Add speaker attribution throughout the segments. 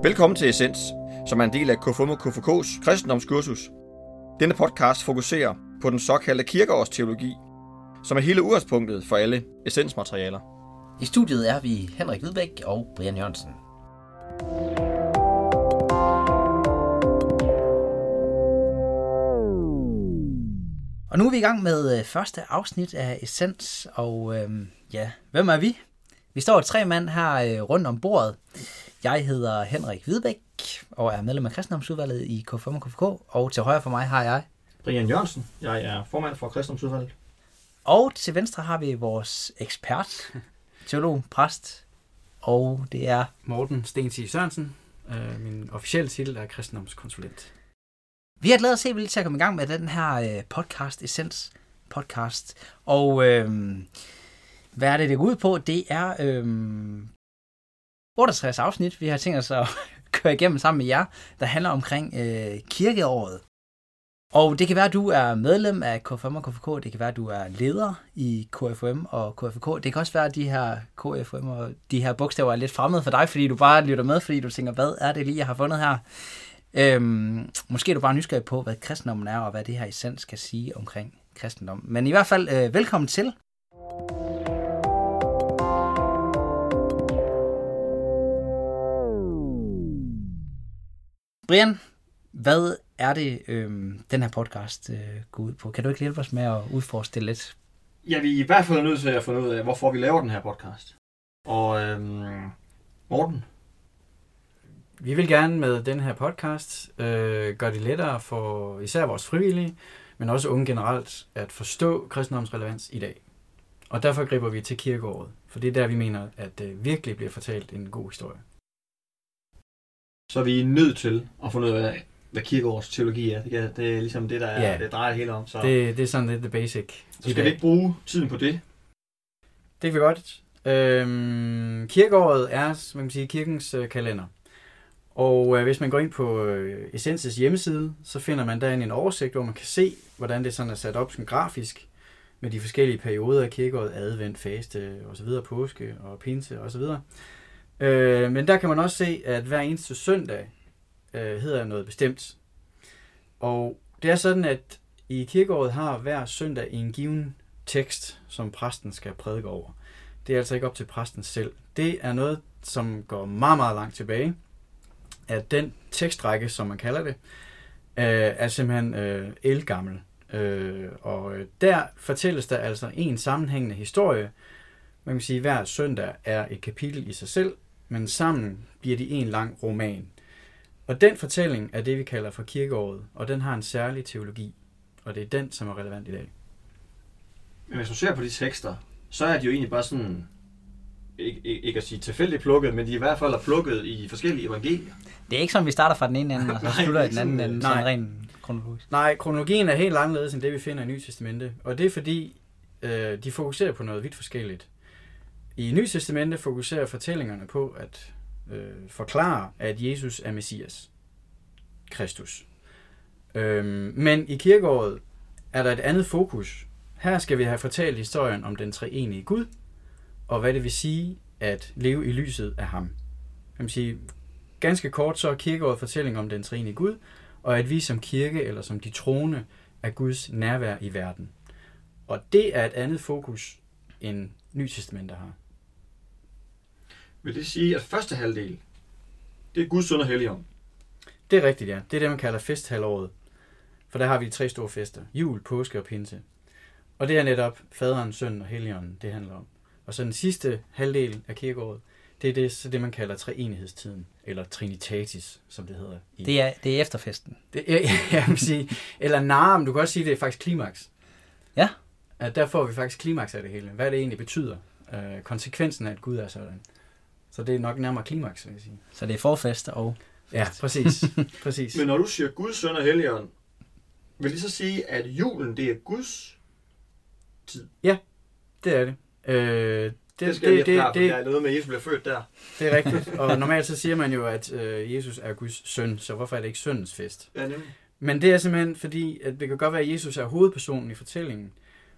Speaker 1: Velkommen til Essens, som er en del af KFUM og KFK's kristendomskursus. Denne podcast fokuserer på den såkaldte kirkeårsteologi, som er hele udgangspunktet for alle essensmaterialer.
Speaker 2: I studiet er vi Henrik Hvidbæk og Brian Jørgensen. Og nu er vi i gang med første afsnit af Essens, og hvem er vi? Vi står 3 mand her rundt om bordet. Jeg hedder Henrik Hvidbæk og er medlem af kristendomsudvalget i KFUM og KFK, og til højre for mig har jeg
Speaker 3: Brian Jørgensen. Jeg er formand for kristendomsudvalget.
Speaker 2: Og til venstre har vi vores ekspert, teolog, præst, og det er
Speaker 4: Morten Stensi Sørensen. Min officielle titel er kristendomskonsulent.
Speaker 2: Vi har glædet os helt vildt til at komme i gang med den her podcast, Essens podcast. Og hvad er det går ud på? Det er 68 afsnit, vi har tænkt os at køre igennem sammen med jer, der handler omkring kirkeåret. Og det kan være, at du er medlem af KFUM og KFK, det kan være, at du er leder i KFUM og KFK. Det kan også være, at de her KFUM og de her bogstaver er lidt fremmede for dig, fordi du bare lytter med, fordi du tænker, hvad er det lige, jeg har fundet her? Måske er du bare nysgerrig på, hvad kristendommen er, og hvad det her essens skal sige omkring kristendom. Men i hvert fald, velkommen til. Brian, hvad er det, den her podcast går ud på? Kan du ikke hjælpe os med at udforske det lidt?
Speaker 3: Ja, vi er i hvert fald nødt til at finde ud af, hvorfor vi laver den her podcast. Og Morten?
Speaker 4: Vi vil gerne med den her podcast gøre det lettere for især vores frivillige, men også unge generelt, at forstå kristendoms relevans i dag. Og derfor griber vi til kirkeåret, for det er der, vi mener, at det virkelig bliver fortalt en god historie.
Speaker 3: Så vi er nødt til at finde ud af, hvad kirkeårs teologi er. Det er ligesom det, der er, det drejer hele om. Så
Speaker 4: det er sådan lidt the basic.
Speaker 3: Så skal vi ikke bruge tiden på det?
Speaker 4: Det kan vi godt. Kirkeåret er, man kan sige, kirkens kalender. Og hvis man går ind på Essens' hjemmeside, så finder man derinde en oversigt, hvor man kan se, hvordan det sådan er sat op sådan grafisk med de forskellige perioder af kirkeåret, advent, faste osv., påske og pinse osv. Men der kan man også se, at hver eneste søndag hedder noget bestemt. Og det er sådan, at i kirkeåret har hver søndag en given tekst, som præsten skal prædike over. Det er altså ikke op til præsten selv. Det er noget, som går meget, meget langt tilbage. At den tekstrække, som man kalder det, er simpelthen ældgammel. Og der fortælles der altså en sammenhængende historie. Man kan sige, at hver søndag er et kapitel i sig selv, men sammen bliver de en lang roman. Og den fortælling er det, vi kalder for kirkeåret, og den har en særlig teologi, og det er den, som er relevant i dag.
Speaker 3: Men hvis du ser på de tekster, så er de jo egentlig bare sådan, ikke at sige tilfældigt plukket, men de er i hvert fald plukket i forskellige evangelier.
Speaker 2: Det er ikke sådan, vi starter fra den ene ende, og så slutter i den anden ende, sådan rent kronologisk.
Speaker 4: Nej, kronologien er helt anderledes end det, vi finder i Nye Testamente, og det er fordi, de fokuserer på noget vidt forskelligt. I Nye Testamente fokuserer fortællingerne på at forklare, at Jesus er Messias, Kristus. Men i kirkeåret er der et andet fokus. Her skal vi have fortalt historien om den treenige Gud, og hvad det vil sige at leve i lyset af ham. Jeg vil sige, ganske kort så er kirkeåret fortælling om den treenige Gud, og at vi som kirke eller som de troende er Guds nærvær i verden. Og det er et andet fokus end Nye Testamente har.
Speaker 3: Vil det sige, at første halvdel, det er Guds søn og Helligånd?
Speaker 4: Det er rigtigt, ja. Det er det, man kalder festhalvåret. For der har vi 3 store fester. Jul, påske og pinse. Og det er netop faderen, sønnen og Helligånden, det handler om. Og så den sidste halvdel af kirkeåret, det er det man kalder treenighedstiden, eller trinitatis, som det hedder.
Speaker 2: Det er efterfesten.
Speaker 4: Jeg vil sige, eller men du kan også sige, det er faktisk klimaks.
Speaker 2: Ja.
Speaker 4: Der får vi faktisk klimaks af det hele. Hvad det egentlig betyder. Konsekvensen af, at Gud er sådan. Så det er nok nærmere klimaks, vil jeg sige.
Speaker 2: Så det er forfest og...
Speaker 4: Ja, præcis.
Speaker 3: Men når du siger Guds søn og Helligånd, vil det så sige, at julen, det er Guds tid?
Speaker 4: Ja, det er det.
Speaker 3: Det skal jeg lige der er noget med, at Jesus bliver født der.
Speaker 4: Det er rigtigt, og normalt så siger man jo, at Jesus er Guds søn, så hvorfor er det ikke søndens fest?
Speaker 3: Ja, nemlig.
Speaker 4: Men det er simpelthen fordi, at det kan godt være, at Jesus er hovedpersonen i fortællingen,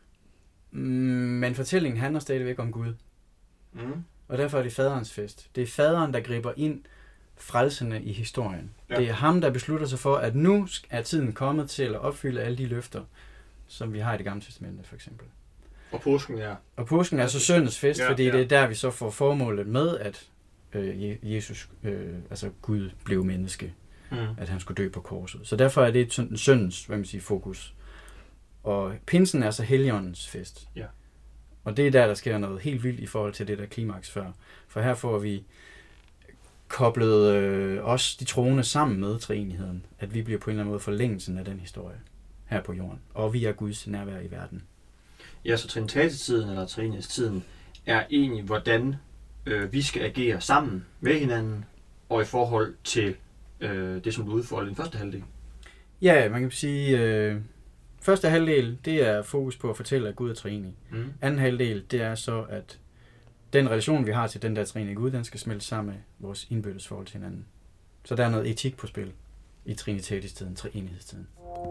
Speaker 4: men fortællingen handler stadigvæk om Gud. Og derfor er det faderens fest. Det er faderen, der griber ind frelsende i historien.
Speaker 3: Ja.
Speaker 4: Det er ham, der beslutter sig for, at nu er tiden kommet til at opfylde alle de løfter, som vi har i Det Gamle Testamente, for eksempel.
Speaker 3: Og påsken, ja.
Speaker 4: Og påsken er så syndens fest,
Speaker 3: Ja,
Speaker 4: fordi
Speaker 3: ja.
Speaker 4: det er der, vi så får formålet med, at Jesus, altså Gud, blev menneske. At han skulle dø på korset. Så derfor er det sådan syndens, fokus. Og pinsen er så Helligåndens fest.
Speaker 3: Ja.
Speaker 4: Og det er der sker noget helt vildt i forhold til det der klimaks før. For her får vi koblet os, de troende, sammen med treenigheden. At vi bliver på en eller anden måde forlængelsen af den historie her på jorden. Og vi er Guds nærvær i verden.
Speaker 3: Ja, så trinitatstiden, eller treenighedstiden, er egentlig, hvordan vi skal agere sammen med hinanden, og i forhold til det, som du udfolder i den første halvdel.
Speaker 4: Ja, man kan sige, første halvdel, det er fokus på at fortælle, at Gud er treenig. Anden halvdel, det er så, at den relation, vi har til den der treenige Gud, den skal smelte sammen med vores indbyrdes forhold til hinanden. Så der er noget etik på spil i trinitatstiden, treenighedsstiden.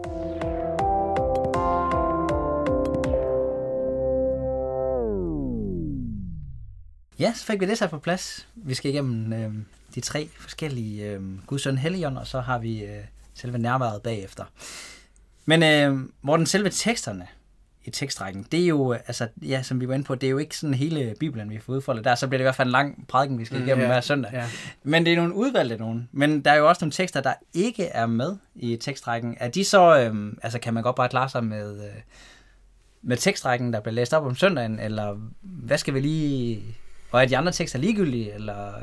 Speaker 2: Ja, så fik vi det sat på plads. Vi skal igennem de 3 forskellige Guds Søn, Helligånd, og så har vi selve nærværet bagefter. Men Morten, selve teksterne i tekstrækken, det er jo, altså, ja, som vi var inde på, det er jo ikke sådan hele Bibelen, vi får udfoldet der. Så bliver det i hvert fald en lang prædiken, vi skal igennem hver søndag. Ja. Men det er nogle udvalgte nogen. Men der er jo også nogle tekster, der ikke er med i tekstrækken. Er de så, altså kan man godt bare klare sig med tekstrækken, der bliver læst op om søndagen, eller hvad skal vi lige... Og er de andre tekster ligegyldige, eller...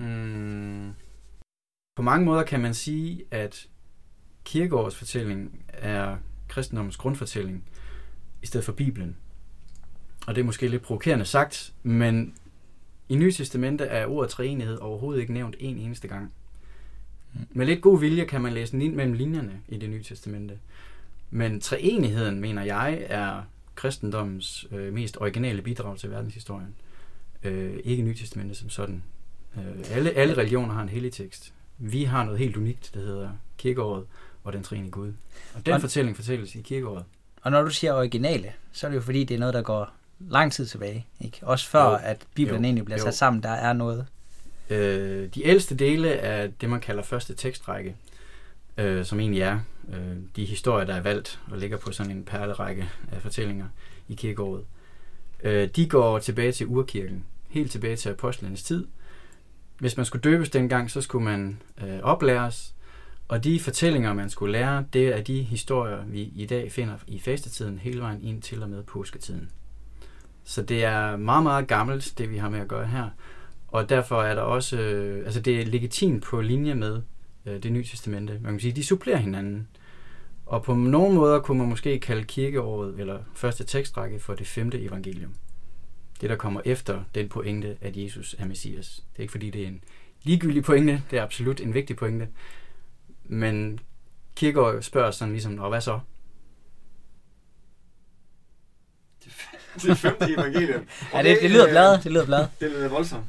Speaker 4: På mange måder kan man sige, at Kierkegaards fortælling er kristendommens grundfortælling, i stedet for Bibelen. Og det er måske lidt provokerende sagt, men i Nye Testamente er ordet treenighed overhovedet ikke nævnt en eneste gang. Med lidt god vilje kan man læse den ind mellem linjerne i det Nye Testamente. Men treenigheden, mener jeg, er kristendommens mest originale bidrag til verdenshistorien. Ikke Nye Testamente som sådan. Alle religioner har en hellig tekst. Vi har noget helt unikt, der hedder kirkeåret og den treenige Gud. Og den fortælling fortælles i kirkeåret. Og
Speaker 2: når du siger originale, så er det jo fordi, det er noget, der går lang tid tilbage. Ikke? Også før, at Bibelen egentlig bliver sat sammen, der er noget.
Speaker 4: De ældste dele af det, man kalder første tekstrække, som egentlig er de historier, der er valgt og ligger på sådan en perlerække af fortællinger i kirkeåret, de går tilbage til urkirken, helt tilbage til apostlenes tid. Hvis man skulle døbes dengang, så skulle man oplæres, og de fortællinger, man skulle lære, det er de historier, vi i dag finder i fastetiden hele vejen ind til og med påsketiden. Så det er meget, meget gammelt, det vi har med at gøre her, og derfor er der også, altså det er legitimt på linje med det Nye Testamente. Man kan sige, de supplerer hinanden. Og på nogle måder kunne man måske kalde kirkeåret, eller første tekstrække, for det 5. evangelium. Det, der kommer efter den pointe, at Jesus er Messias. Det er ikke fordi, det er en ligegyldig pointe, det er absolut en vigtig pointe. Men Kierkegaard spørger sådan ligesom, og hvad så?
Speaker 3: Det 5. evangelium.
Speaker 2: Ja, det lyder bladet. Det lyder bladet.
Speaker 3: Det lyder voldsomt.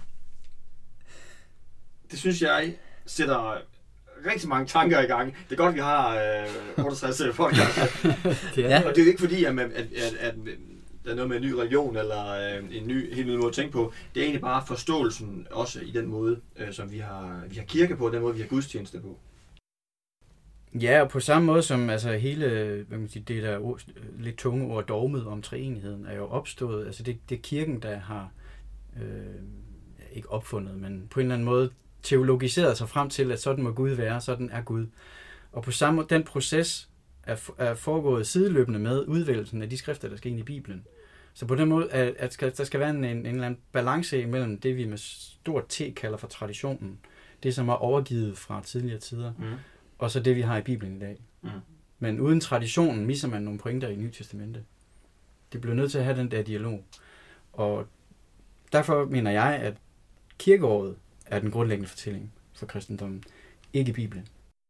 Speaker 3: Det synes jeg sætter rigtig mange tanker i gang. Det er godt, vi har 68 podcast.
Speaker 2: Ja.
Speaker 3: Og det er jo ikke fordi, at der er noget med en ny religion, eller en helt ny måde at tænke på. Det er egentlig bare forståelsen også i den måde, som vi har kirke på, den måde, vi har gudstjeneste på.
Speaker 4: Ja, og på samme måde som altså hele hvad man siger, det der lidt tunge ord dogmet om treenigheden er jo opstået. Altså det er kirken, der har ikke opfundet, men på en eller anden måde teologiseret sig frem til, at sådan må Gud være, sådan er Gud. Og på samme måde, den proces er foregået sideløbende med udvælgelsen af de skrifter, der skal ind i Bibelen. Så på den måde, at der skal være en eller anden balance imellem det, vi med stort T kalder for traditionen, det som er overgivet fra tidligere tider, og så det, vi har i Bibelen i dag. Men uden traditionen misser man nogle pointer i Nye Testamente. Det bliver nødt til at have den der dialog. Og derfor mener jeg, at kirkeåret er den grundlæggende fortælling for kristendommen, ikke Bibelen.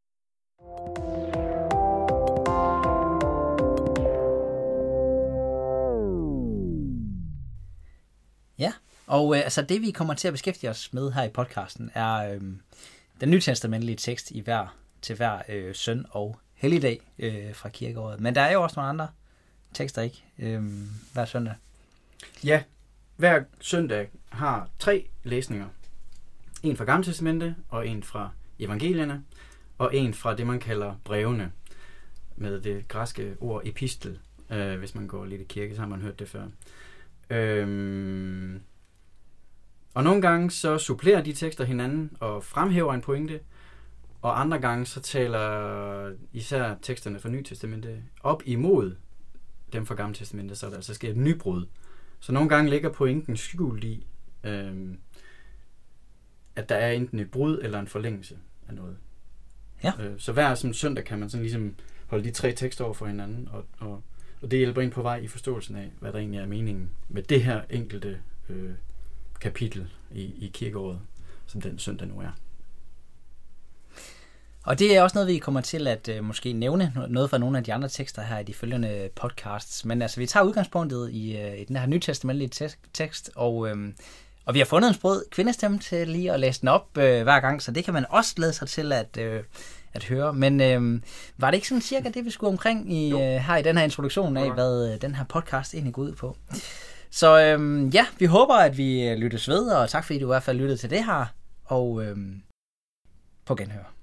Speaker 2: Ja, og altså det vi kommer til at beskæftige os med her i podcasten er den nytestamentlige tekst i til hver søn og helligdag fra kirkeåret. Men der er jo også nogle andre tekster, ikke? Hver søndag.
Speaker 4: Ja, hver søndag har 3 læsninger. En fra Gamle Testamente, og en fra evangelierne, og en fra det, man kalder brevene, med det græske ord epistel. Hvis man går lidt i kirke, så har man hørt det før. Og nogle gange så supplerer de tekster hinanden og fremhæver en pointe, og andre gange så taler især teksterne fra Nye Testamente op imod dem fra Gamle Testamente, så der altså sker et nybrud. Så nogle gange ligger pointen skjult i, at der er enten et brud eller en forlængelse af noget.
Speaker 2: Ja.
Speaker 4: Så hver sådan søndag kan man sådan ligesom holde de 3 tekster over for hinanden, og det hjælper ind på vej i forståelsen af, hvad der egentlig er meningen med det her enkelte kapitel i kirkeåret, som den søndag nu er.
Speaker 2: Og det er også noget, vi kommer til at måske nævne noget fra nogle af de andre tekster her i de følgende podcasts. Men altså, vi tager udgangspunktet i den her nytestamentlige tekst, og vi har fundet en sprød kvindestemme til lige at læse den op hver gang, så det kan man også glæde sig til at høre. Men var det ikke sådan cirka det, vi skulle omkring her i den her introduktion af, hvad den her podcast egentlig går ud på? Så ja, vi håber, at vi lyttes ved, og tak fordi du i hvert fald lyttede til det her, og på genhør.